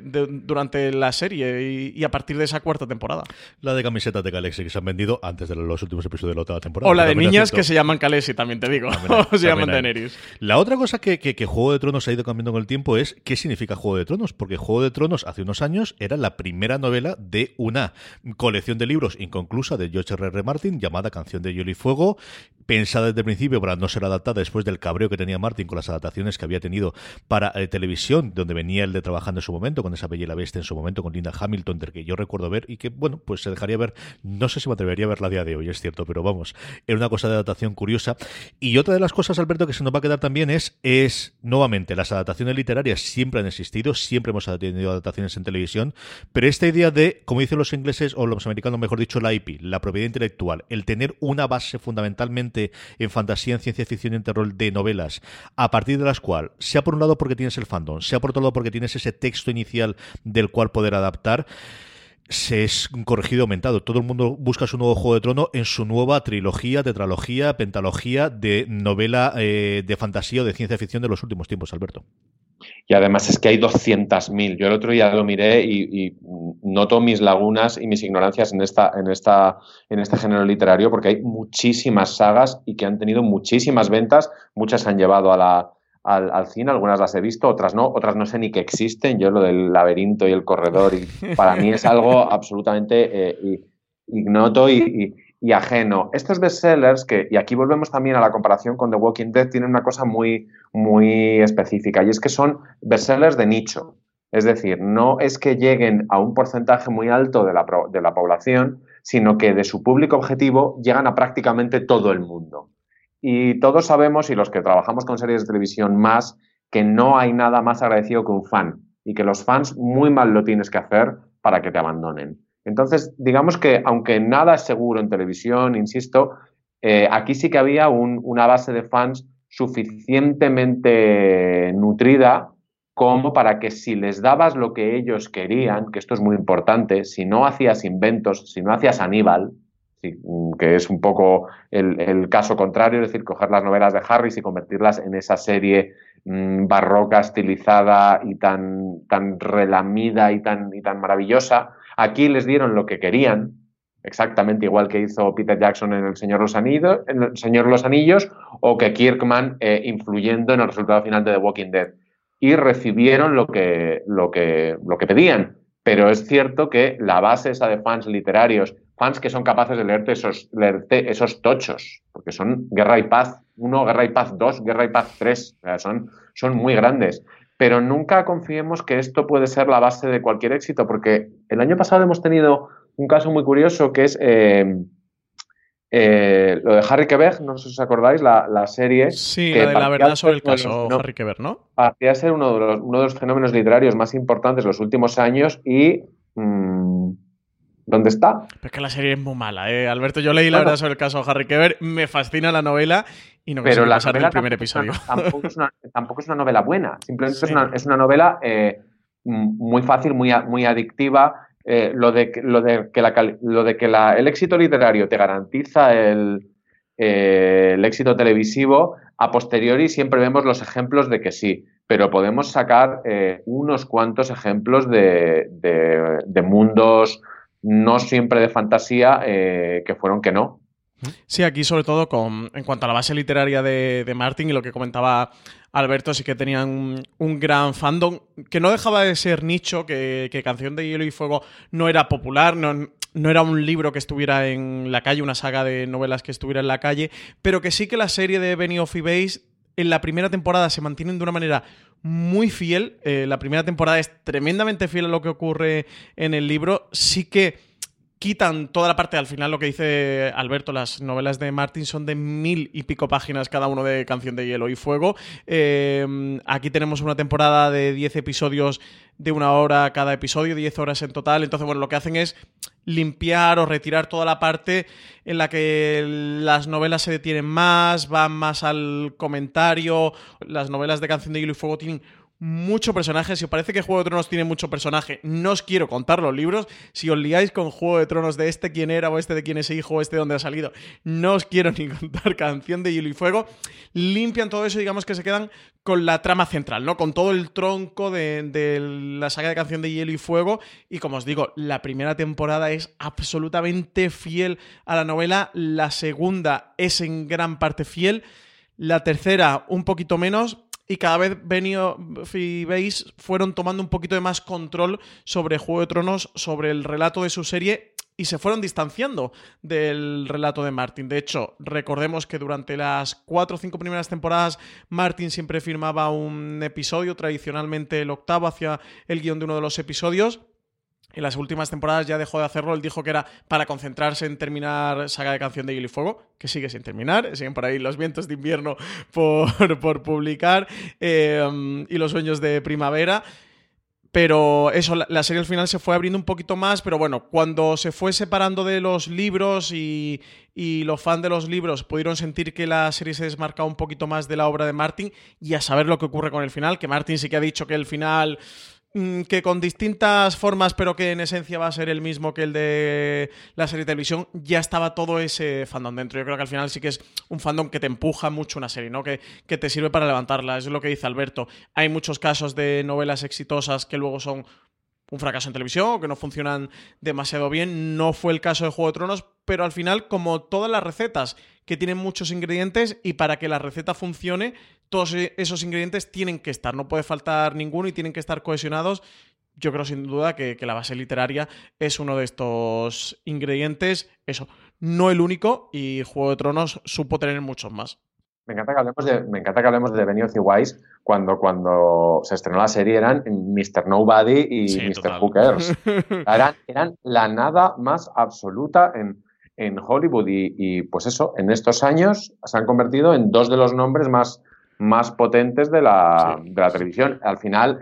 la serie y a partir de esa cuarta temporada. La de camisetas de Khaleesi que se han vendido antes de los últimos episodios de la otra temporada. O la de niñas que se llaman Khaleesi, también te digo. O se llaman Daenerys. La otra cosa que Juego de Tronos ha ido cambiando con el tiempo es qué significa Juego de Tronos, porque Juego de Tronos hace unos años era la primera novela de una colección de libros inconclusa de George R.R. Martin llamada Canción de Hielo y Fuego, pensada desde el principio para no ser adaptada después del cabreo que tenía Martin con las adaptaciones que había tenido para televisión, donde venía el de trabajando en su momento, con esa Bella y la Bestia en su momento, con Linda Hamilton, del que yo recuerdo ver y que, bueno, pues se dejaría ver, no sé si me atrevería a verla a día de hoy, es cierto, pero vamos, era una cosa de adaptación curiosa. Y otra de las cosas, Alberto, que se nos va a quedar también es nuevamente, las adaptaciones literarias siempre han existido, siempre hemos tenido adaptaciones en televisión, pero esta idea de, como dicen los ingleses o los americanos, mejor dicho, la IP, la propiedad intelectual, el tener una base fundamentalmente en fantasía, en ciencia ficción y en terror de novelas, a partir de las cuales, sea por un lado porque tienes el fandom, sea por otro lado porque tienes ese texto inicial del cual poder adaptar, se es corregido y aumentado. Todo el mundo busca su nuevo Juego de Tronos en su nueva trilogía, tetralogía, pentalogía de novela de fantasía o de ciencia ficción de los últimos tiempos, Alberto. Y además es que hay 200.000. Yo el otro día lo miré y noto mis lagunas y mis ignorancias en este género literario, porque hay muchísimas sagas y que han tenido muchísimas ventas. Muchas se han llevado al cine, algunas las he visto, otras no sé ni que existen. Yo lo del laberinto y el corredor, y para mí es algo absolutamente ignoto y ajeno. Estos bestsellers, y aquí volvemos también a la comparación con The Walking Dead, tienen una cosa muy, muy específica, y es que son bestsellers de nicho. Es decir, no es que lleguen a un porcentaje muy alto de la población, sino que de su público objetivo llegan a prácticamente todo el mundo. Y todos sabemos, y los que trabajamos con series de televisión más, que no hay nada más agradecido que un fan y que los fans muy mal lo tienes que hacer para que te abandonen. Entonces, digamos que aunque nada es seguro en televisión, insisto, aquí sí que había una base de fans suficientemente nutrida como para que si les dabas lo que ellos querían, que esto es muy importante, si no hacías inventos, si no hacías Aníbal, que es un poco el caso contrario, es decir, coger las novelas de Harris y convertirlas en esa serie barroca, estilizada y tan relamida y tan maravillosa. Aquí les dieron lo que querían, exactamente igual que hizo Peter Jackson en El Señor de los Anillos, o que Kirkman influyendo en el resultado final de The Walking Dead. Y recibieron lo que pedían. Pero es cierto que la base esa de fans literarios, fans que son capaces de leerte esos tochos, porque son Guerra y Paz 1, Guerra y Paz 2, Guerra y Paz 3, o sea, son muy grandes. Pero nunca confiemos que esto puede ser la base de cualquier éxito, porque el año pasado hemos tenido un caso muy curioso que es lo de Harry Quebeg, no sé si os acordáis, la serie. Sí, que la verdad sobre el caso Harry Quebeg, ¿no? Parecía ser uno de los fenómenos literarios más importantes de los últimos años y... ¿dónde está? Pero es que la serie es muy mala, Alberto. Yo leí la verdad sobre el caso Harry Quebeg, me fascina la novela y no consigo pasar del primer episodio. Tampoco es una novela buena, simplemente sí. es una novela muy fácil, muy adictiva. Lo de que el éxito literario te garantiza el éxito televisivo, a posteriori siempre vemos los ejemplos de que sí, pero podemos sacar unos cuantos ejemplos de mundos no siempre de fantasía que fueron que no. Sí, aquí sobre todo en cuanto a la base literaria de Martin y lo que comentaba Alberto, sí que tenían un gran fandom que no dejaba de ser nicho, que Canción de Hielo y Fuego no era popular, no era un libro que estuviera en la calle, una saga de novelas que estuviera en la calle, pero que sí que la serie de Benioff y Weiss en la primera temporada se mantienen de una manera muy fiel. La primera temporada es tremendamente fiel a lo que ocurre en el libro. Sí que quitan toda la parte, al final lo que dice Alberto, las novelas de Martin son de 1000 y pico páginas cada uno de Canción de Hielo y Fuego. Aquí tenemos una temporada de 10 episodios de 1 hora cada episodio, 10 horas en total. Entonces, bueno, lo que hacen es limpiar o retirar toda la parte en la que las novelas se detienen más, van más al comentario. Las novelas de Canción de Hielo y Fuego tienen mucho personaje. Si os parece que Juego de Tronos tiene mucho personaje, no os quiero contar los libros. Si os liáis con Juego de Tronos de este quién era, o este de quién es hijo, o este de dónde ha salido, no os quiero ni contar Canción de Hielo y Fuego. Limpian todo eso y digamos que se quedan con la trama central, ¿no? Con todo el tronco de la saga de Canción de Hielo y Fuego. Y como os digo, la primera temporada es absolutamente fiel a la novela. La segunda es en gran parte fiel. La tercera un poquito menos. Y cada vez Benioff y Weiss fueron tomando un poquito de más control sobre Juego de Tronos, sobre el relato de su serie, y se fueron distanciando del relato de Martin. De hecho, recordemos que durante las 4 o 5 primeras temporadas Martin siempre firmaba un episodio, tradicionalmente el octavo, hacia el guión de uno de los episodios. En las últimas temporadas ya dejó de hacerlo. Él dijo que era para concentrarse en terminar Saga de Canción de Hielo y Fuego, que sigue sin terminar. Siguen por ahí Los Vientos de Invierno por publicar y Los Sueños de Primavera. Pero eso, la serie al final se fue abriendo un poquito más, pero bueno, cuando se fue separando de los libros y los fans de los libros pudieron sentir que la serie se desmarcaba un poquito más de la obra de Martin, y a saber lo que ocurre con el final, que Martin sí que ha dicho que el final... que con distintas formas, pero que en esencia va a ser el mismo que el de la serie de televisión, ya estaba todo ese fandom dentro. Yo creo que al final sí que es un fandom que te empuja mucho una serie, ¿no? Que te sirve para levantarla. Eso es lo que dice Alberto. Hay muchos casos de novelas exitosas que luego son un fracaso en televisión o que no funcionan demasiado bien. No fue el caso de Juego de Tronos, pero al final, como todas las recetas que tienen muchos ingredientes, y para que la receta funcione, todos esos ingredientes tienen que estar, no puede faltar ninguno y tienen que estar cohesionados. Yo creo sin duda que la base literaria es uno de estos ingredientes, eso, no el único, y Juego de Tronos supo tener muchos más. Me encanta que hablemos de Benioff y Weiss cuando se estrenó la serie. Eran Mr. Nobody y sí, Mr. Who Cares. Eran la nada más absoluta en Hollywood, y pues eso, en estos años se han convertido en dos de los nombres más más potentes de la televisión. Al final,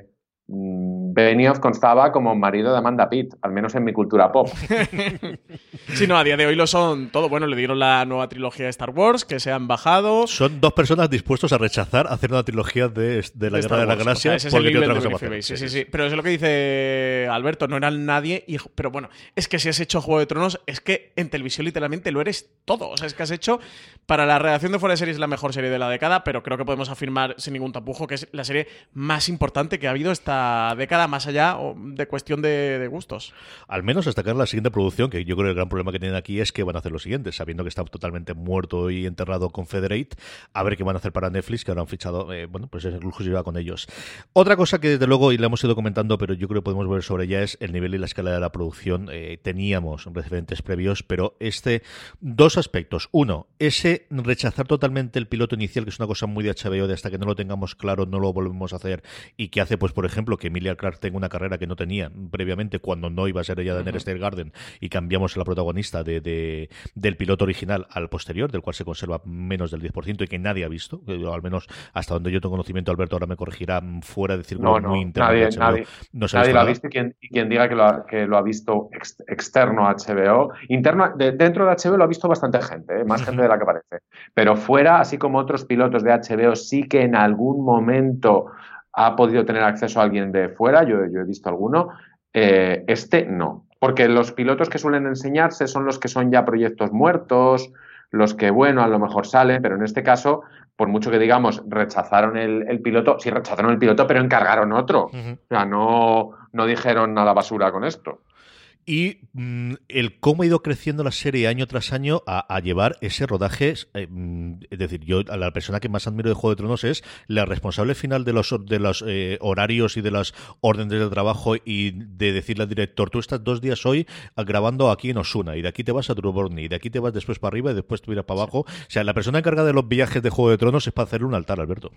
Benioff constaba como marido de Amanda Pitt, al menos en mi cultura pop. Sí, no, a día de hoy lo son todo. Bueno, le dieron la nueva trilogía de Star Wars, que se han bajado. Son dos personas dispuestos a rechazar hacer una trilogía de la Guerra de las Galaxias, o sea, porque tiene otra cosa más hacer. Sí. Pero eso es lo que dice Alberto, no eran nadie. Pero bueno, es que si has hecho Juego de Tronos, es que en televisión literalmente lo eres todo. O sea, es que has hecho para la redacción de Fuera de Series la mejor serie de la década, pero creo que podemos afirmar sin ningún tapujo que es la serie más importante que ha habido esta década, más allá de cuestión de gustos. Al menos destacar la siguiente producción, que yo creo que el gran problema que tienen aquí es que van a hacer lo siguiente, sabiendo que está totalmente muerto y enterrado Confederate, a ver qué van a hacer para Netflix, que ahora han fichado, pues es exclusiva con ellos. Otra cosa que desde luego, y la hemos ido comentando, pero yo creo que podemos ver sobre ella, es el nivel y la escala de la producción. Teníamos referentes previos, pero dos aspectos. Uno, ese rechazar totalmente el piloto inicial, que es una cosa muy de HBO, de hasta que no lo tengamos claro no lo volvemos a hacer, y que hace, pues por ejemplo, que Emilia Clarke tenga una carrera que no tenía previamente cuando no iba a ser ella de Daenerys Targaryen, y cambiamos a la protagonista del piloto original al posterior, del cual se conserva menos del 10% y que nadie ha visto, al menos hasta donde yo tengo conocimiento. Alberto ahora me corregirá, fuera de círculos muy internos de HBO. Nadie lo ha visto, y quien diga que lo ha visto externo a HBO, dentro de HBO lo ha visto bastante gente, más gente de la que parece, pero fuera, así como otros pilotos de HBO sí que en algún momento ha podido tener acceso a alguien de fuera, yo he visto alguno, no. Porque los pilotos que suelen enseñarse son los que son ya proyectos muertos, los que, bueno, a lo mejor salen, pero en este caso, por mucho que digamos, rechazaron el piloto, sí rechazaron el piloto, pero encargaron otro. O sea, no dijeron a la basura con esto. Y el cómo ha ido creciendo la serie año tras año a llevar ese rodaje. Es decir, yo a la persona que más admiro de Juego de Tronos es la responsable final de los horarios y de las órdenes de trabajo, y de decirle al director: tú estás 2 días hoy grabando aquí en Osuna, y de aquí te vas a Truborni, y de aquí te vas después para arriba y después te irás para abajo. O sea, la persona encargada de los viajes de Juego de Tronos es para hacerle un altar, Alberto.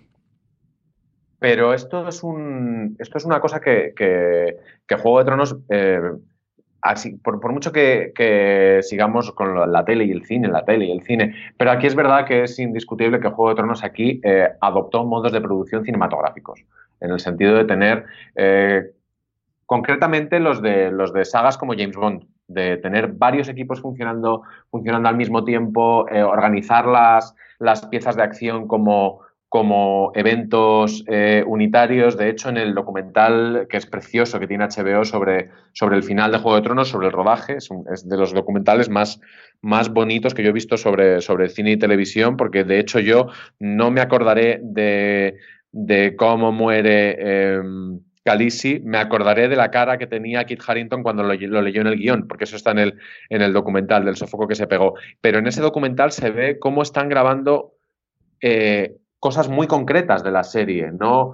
Pero esto es una cosa que Juego de Tronos... Así, por mucho que sigamos con la tele y el cine, pero aquí es verdad que es indiscutible que Juego de Tronos aquí adoptó modos de producción cinematográficos, en el sentido de tener concretamente los de sagas como James Bond, de tener varios equipos funcionando al mismo tiempo, organizar las piezas de acción como eventos unitarios. De hecho, en el documental, que es precioso, que tiene HBO sobre el final de Juego de Tronos, sobre el rodaje, es de los documentales más bonitos que yo he visto sobre cine y televisión, porque de hecho yo no me acordaré de cómo muere Khaleesi, me acordaré de la cara que tenía Kit Harington cuando lo leyó en el guión, porque eso está en el documental del sofoco que se pegó. Pero en ese documental se ve cómo están grabando cosas muy concretas de la serie, no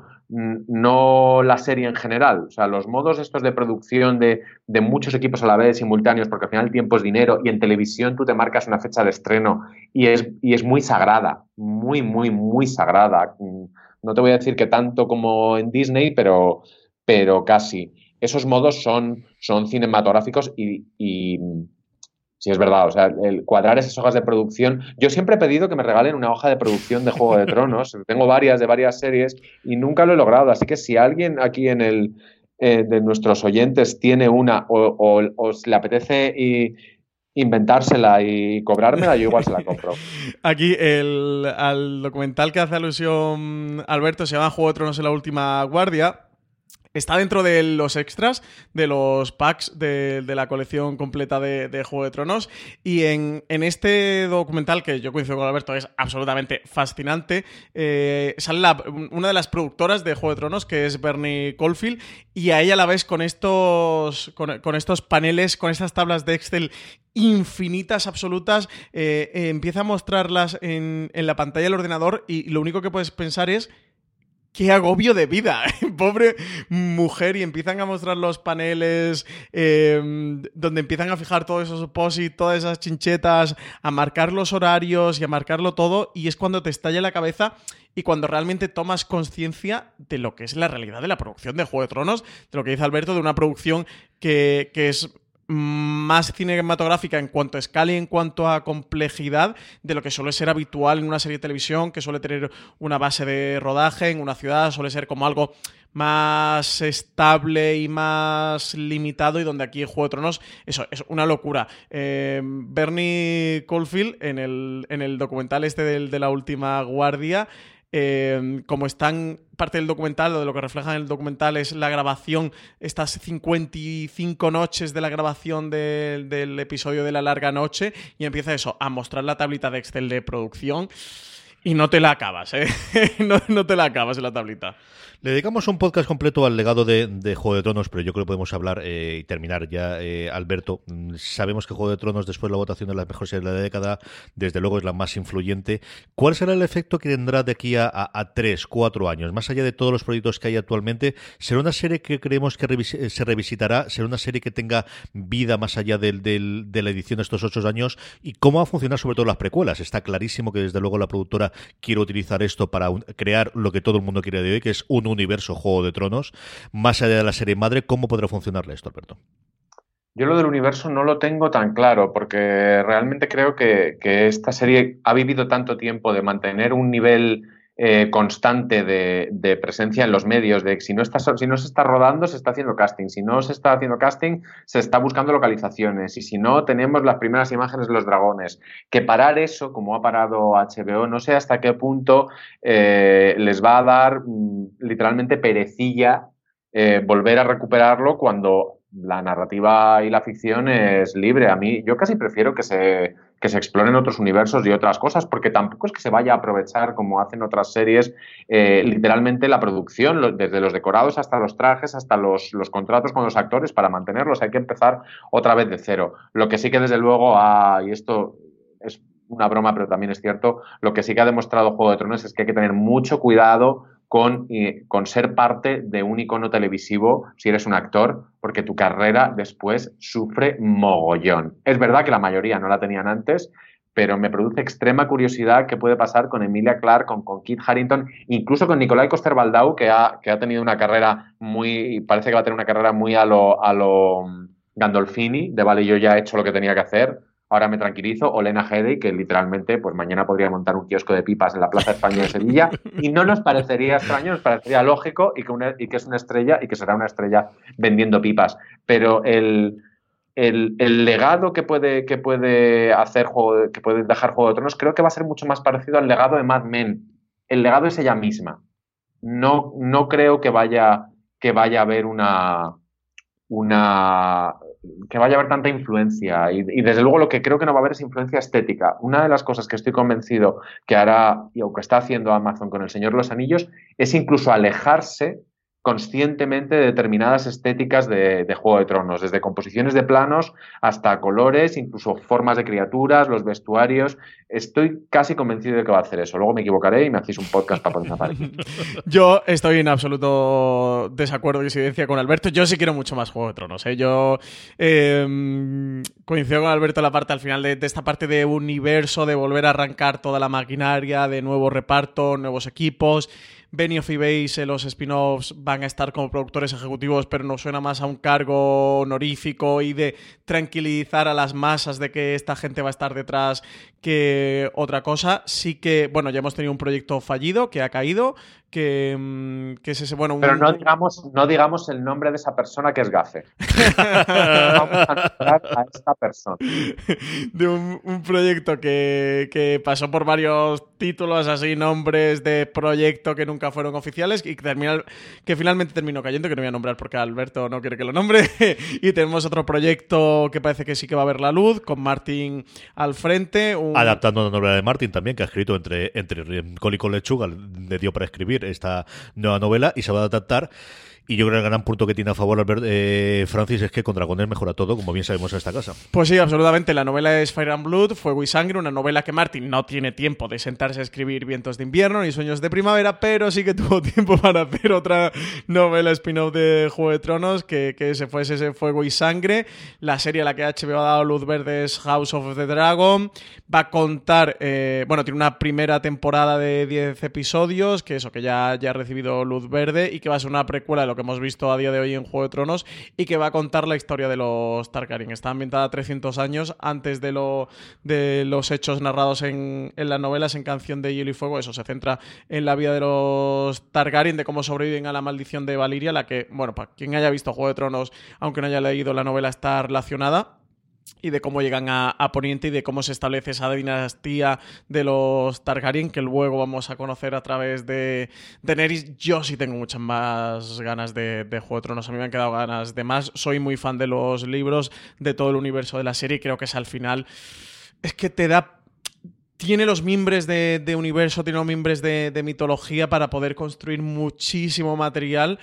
la serie en general. O sea, los modos estos de producción de muchos equipos a la vez, simultáneos, porque al final el tiempo es dinero, y en televisión tú te marcas una fecha de estreno y es muy sagrada, muy, muy, muy sagrada. No te voy a decir que tanto como en Disney, pero casi. Esos modos son cinematográficos y sí, es verdad, o sea, el cuadrar esas hojas de producción. Yo siempre he pedido que me regalen una hoja de producción de Juego de Tronos. Tengo varias de varias series y nunca lo he logrado. Así que si alguien aquí de nuestros oyentes tiene una o le apetece inventársela y cobrármela, yo igual se la compro. Aquí al documental que hace alusión Alberto se llama Juego de Tronos en la última guardia. Está dentro de los extras, de los packs de la colección completa de Juego de Tronos. Y en este documental, que yo coincido con Alberto, es absolutamente fascinante, sale una de las productoras de Juego de Tronos, que es Bernie Caulfield, y a ella la ves con estos paneles, con estas tablas de Excel infinitas, absolutas. Empieza a mostrarlas en la pantalla del ordenador y lo único que puedes pensar es: ¡qué agobio de vida! Pobre mujer. Y empiezan a mostrar los paneles donde empiezan a fijar todos esos post-it, todas esas chinchetas, a marcar los horarios y a marcarlo todo. Y es cuando te estalla la cabeza y cuando realmente tomas conciencia de lo que es la realidad de la producción de Juego de Tronos, de lo que dice Alberto, de una producción que es más cinematográfica en cuanto a escala y en cuanto a complejidad de lo que suele ser habitual en una serie de televisión, que suele tener una base de rodaje en una ciudad, suele ser como algo más estable y más limitado, y donde aquí en Juego de Tronos eso es una locura. Bernie Caulfield en el documental de la última guardia, como están parte del documental, o de lo que refleja en el documental es la grabación, estas 55 noches de la grabación del episodio de La Larga Noche, y empieza eso, a mostrar la tablita de Excel de producción y no te la acabas, no te la acabas en la tablita. Le dedicamos un podcast completo al legado de Juego de Tronos, pero yo creo que podemos hablar y terminar ya, Alberto. Sabemos que Juego de Tronos, después de la votación de las mejores series de la década, desde luego es la más influyente. ¿Cuál será el efecto que tendrá de aquí a 3, 4 años? Más allá de todos los proyectos que hay actualmente, ¿será una serie que creemos que se revisitará? ¿Será una serie que tenga vida más allá de la edición de estos 8 años? ¿Y cómo va a funcionar sobre todo las precuelas? Está clarísimo que desde luego la productora quiere utilizar esto para crear lo que todo el mundo quiere de hoy, que es un universo Juego de Tronos. Más allá de la serie madre, ¿cómo podrá funcionarle esto, Alberto? Yo lo del universo no lo tengo tan claro, porque realmente creo que esta serie ha vivido tanto tiempo de mantener un nivel constante de presencia en los medios, de si no se está rodando, se está haciendo casting, si no se está haciendo casting, se está buscando localizaciones, y si no, tenemos las primeras imágenes de los dragones. Que parar eso, como ha parado HBO, no sé hasta qué punto les va a dar literalmente perecilla volver a recuperarlo cuando la narrativa y la ficción es libre. A mí, yo casi prefiero que se exploren otros universos y otras cosas, porque tampoco es que se vaya a aprovechar, como hacen otras series, literalmente la producción, desde los decorados hasta los trajes, hasta los contratos con los actores para mantenerlos. Hay que empezar otra vez de cero. Lo que sí que desde luego, y esto es una broma, pero también es cierto, lo que sí que ha demostrado Juego de Tronos es que hay que tener mucho cuidado con ser parte de un icono televisivo si eres un actor, porque tu carrera después sufre mogollón. Es verdad que la mayoría no la tenían antes, pero me produce extrema curiosidad qué puede pasar con Emilia Clarke, con Kit Harington, incluso con Nikolai Coster-Waldau, que ha tenido una carrera parece que va a tener una carrera muy a lo Gandolfini, de vale, yo ya he hecho lo que tenía que hacer, ahora me tranquilizo, o Lena Headey, que literalmente pues mañana podría montar un kiosco de pipas en la Plaza España de Sevilla, y no nos parecería extraño, nos parecería lógico y que es una estrella y que será una estrella vendiendo pipas. Pero el legado que puede hacer que puede dejar Juego de Tronos, creo que va a ser mucho más parecido al legado de Mad Men. El legado es ella misma. No creo que vaya a haber que vaya a haber tanta influencia, y desde luego lo que creo que no va a haber es influencia estética. Una de las cosas que estoy convencido que hará, o que está haciendo Amazon con El Señor de los Anillos, es incluso alejarse conscientemente de determinadas estéticas de Juego de Tronos, desde composiciones de planos hasta colores, incluso formas de criaturas, los vestuarios. Estoy casi convencido de que va a hacer eso. Luego me equivocaré y me hacéis un podcast para poner esa Yo estoy en absoluto desacuerdo y disidencia con Alberto. Yo sí quiero mucho más Juego de Tronos. Yo coincido con Alberto en la parte al final de esta parte de universo, de volver a arrancar toda la maquinaria, de nuevo reparto, nuevos equipos. Benioff y Weiss, los spin-offs, van a estar como productores ejecutivos, pero nos suena más a un cargo honorífico y de tranquilizar a las masas de que esta gente va a estar detrás que otra cosa. Sí que, bueno, ya hemos tenido un proyecto fallido que ha caído, que es ese, bueno... Pero no digamos el nombre de esa persona, que es gafe. Vamos a nombrar a esta persona. De un proyecto que pasó por varios títulos, así, nombres de proyecto que nunca fueron oficiales, y que finalmente terminó cayendo, que no voy a nombrar porque Alberto no quiere que lo nombre. Y tenemos otro proyecto que parece que sí que va a ver la luz, con Martin al frente. Adaptando la novela de Martin también, que ha escrito entre col y con lechuga, le dio para escribir esta nueva novela, y se va a adaptar. Y yo creo que el gran punto que tiene a favor Francis es que con dragones mejora todo, como bien sabemos en esta casa. Pues sí, absolutamente. La novela es Fire and Blood, Fuego y Sangre, una novela que Martin no tiene tiempo de sentarse a escribir Vientos de Invierno ni Sueños de Primavera, pero sí que tuvo tiempo para hacer otra novela spin-off de Juego de Tronos, que ese fuese ese Fuego y Sangre. La serie a la que HBO ha dado luz verde es House of the Dragon. Va a contar, tiene una primera temporada de 10 episodios, que ya ha recibido luz verde y que va a ser una precuela de lo que hemos visto a día de hoy en Juego de Tronos y que va a contar la historia de los Targaryen. Está ambientada 300 años antes de los hechos narrados en las novelas, en Canción de Hielo y Fuego. Eso se centra en la vida de los Targaryen, de cómo sobreviven a la maldición de Valyria, la que, bueno, para quien haya visto Juego de Tronos, aunque no haya leído la novela, está relacionada, y de cómo llegan a Poniente y de cómo se establece esa dinastía de los Targaryen, que luego vamos a conocer a través de Daenerys. Yo sí tengo muchas más ganas de Juego de Tronos. A mí me han quedado ganas de más. Soy muy fan de los libros, de todo el universo de la serie, y creo que es al final... Es que te da... Tiene los mimbres de universo, tiene los mimbres de mitología para poder construir muchísimo material.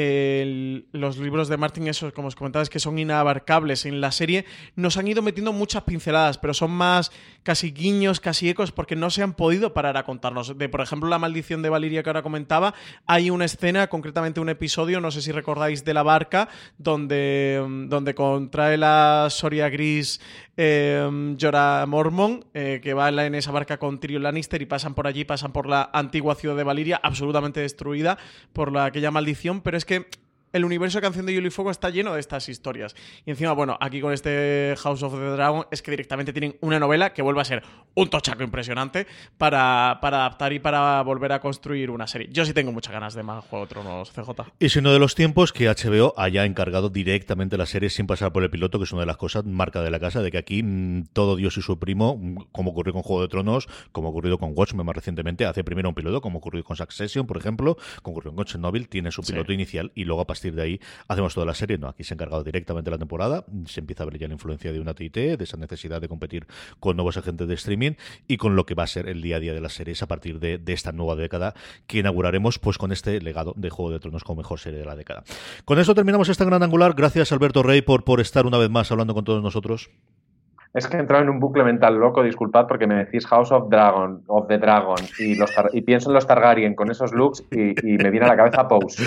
Los libros de Martin, esos, como os comentaba, es que son inabarcables. En la serie nos han ido metiendo muchas pinceladas, pero son más casi guiños, casi ecos, porque no se han podido parar a contarnos. Por ejemplo, la maldición de Valyria que ahora comentaba, hay una escena, concretamente un episodio, no sé si recordáis, de la barca, donde contrae la Soria Gris Jorah Mormont, que va en esa barca con Tyrion Lannister y pasan por allí, pasan por la antigua ciudad de Valyria, absolutamente destruida por aquella maldición, pero es que el universo de Canción de Hielo y Fuego está lleno de estas historias. Y encima, bueno, aquí con este House of the Dragon es que directamente tienen una novela que vuelve a ser un tochaco impresionante para adaptar y para volver a construir una serie. Yo sí tengo muchas ganas de más Juego de Tronos, CJ. Y si uno de los tiempos que HBO haya encargado directamente la serie sin pasar por el piloto, que es una de las cosas marca de la casa, de que aquí todo Dios y su primo, como ocurrió con Juego de Tronos, como ocurrido con Watchmen más recientemente, hace primero un piloto, como ocurrió con Succession, por ejemplo, como ocurrió con Chernobyl, tiene su piloto inicial y luego a partir de ahí hacemos toda la serie. No, aquí se ha encargado directamente la temporada, se empieza a ver ya la influencia de una TIT, de esa necesidad de competir con nuevos agentes de streaming y con lo que va a ser el día a día de las series a partir de esta nueva década que inauguraremos pues con este legado de Juego de Tronos como mejor serie de la década. Con eso terminamos esta gran angular. Gracias, Alberto Rey, por estar una vez más hablando con todos nosotros. Es que he entrado en un bucle mental loco, disculpad, porque me decís House of the Dragon y pienso en los Targaryen con esos looks y me viene a la cabeza Pose.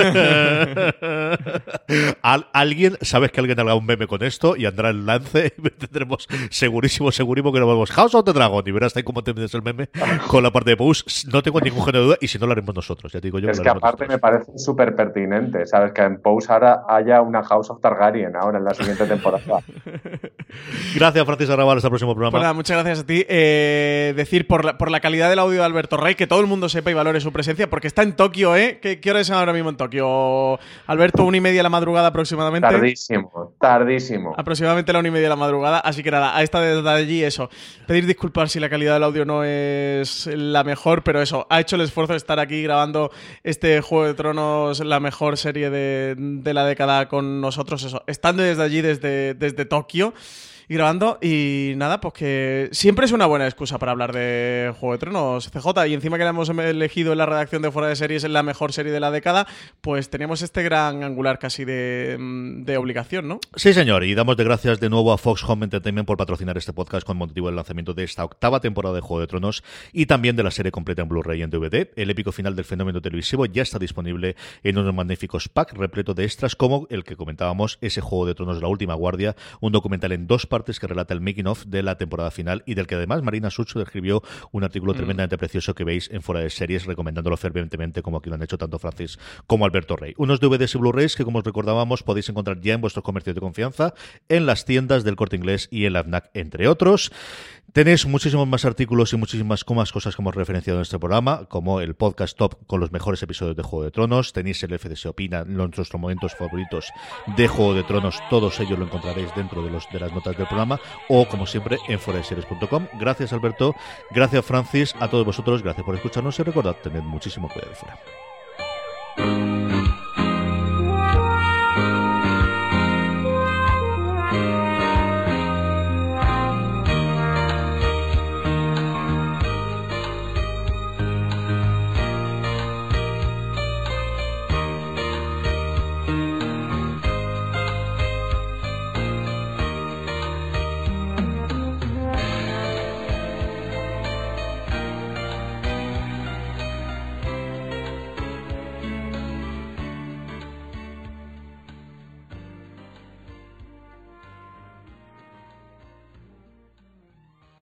Sabes que alguien haga un meme con esto y andará el lance y tendremos segurísimo que nos vemos House of the Dragon y verás ahí cómo te metes el meme con la parte de Pose. No tengo ningún género de duda y si no lo haremos nosotros, ya te digo yo. Es que aparte me parece súper pertinente, ¿sabes? Que en Pose ahora haya una House of Targaryen ahora en la siguiente temporada. Gracias, Francis Arrabal, hasta el próximo programa. Pues nada, muchas gracias a ti. Decir por la calidad del audio de Alberto Rey, que todo el mundo sepa y valore su presencia, porque está en Tokio, ¿eh? ¿Qué hora es ahora mismo en Tokio? Alberto, 1:30 de la madrugada aproximadamente. Tardísimo. Aproximadamente la 1:30 de la madrugada, así que nada, a esta desde allí, eso. Pedir disculpas si la calidad del audio no es la mejor, pero eso, ha hecho el esfuerzo de estar aquí grabando este Juego de Tronos, la mejor serie de la década con nosotros, eso, estando desde allí, desde Tokio, y grabando, y nada, pues que siempre es una buena excusa para hablar de Juego de Tronos, CJ, y encima que la hemos elegido en la redacción de Fuera de Series en la mejor serie de la década, pues tenemos este gran angular casi de obligación, ¿no? Sí, señor, y damos de gracias de nuevo a Fox Home Entertainment por patrocinar este podcast con motivo del lanzamiento de esta 8ª temporada de Juego de Tronos y también de la serie completa en Blu-ray y en DVD. El épico final del fenómeno televisivo ya está disponible en unos magníficos packs repleto de extras como el que comentábamos, ese Juego de Tronos, La Última Guardia, un documental en 2 partes que relata el making of de la temporada final y del que además Marina Such escribió un artículo tremendamente precioso que veis en Fuera de Series, recomendándolo fervientemente como aquí lo han hecho tanto Francis como Alberto Rey. Unos DVDs y Blu-rays que, como os recordábamos, podéis encontrar ya en vuestros comercios de confianza, en las tiendas del Corte Inglés y en la FNAC, entre otros. Tenéis muchísimos más artículos y muchísimas más cosas que hemos referenciado en este programa, como el podcast top con los mejores episodios de Juego de Tronos. Tenéis el FDS Opina, nuestros momentos favoritos de Juego de Tronos. Todos ellos lo encontraréis dentro de las notas del programa o, como siempre, en fueradeseries.com. Gracias, Alberto. Gracias, Francis. A todos vosotros, gracias por escucharnos y recordad, tened muchísimo cuidado de fuera.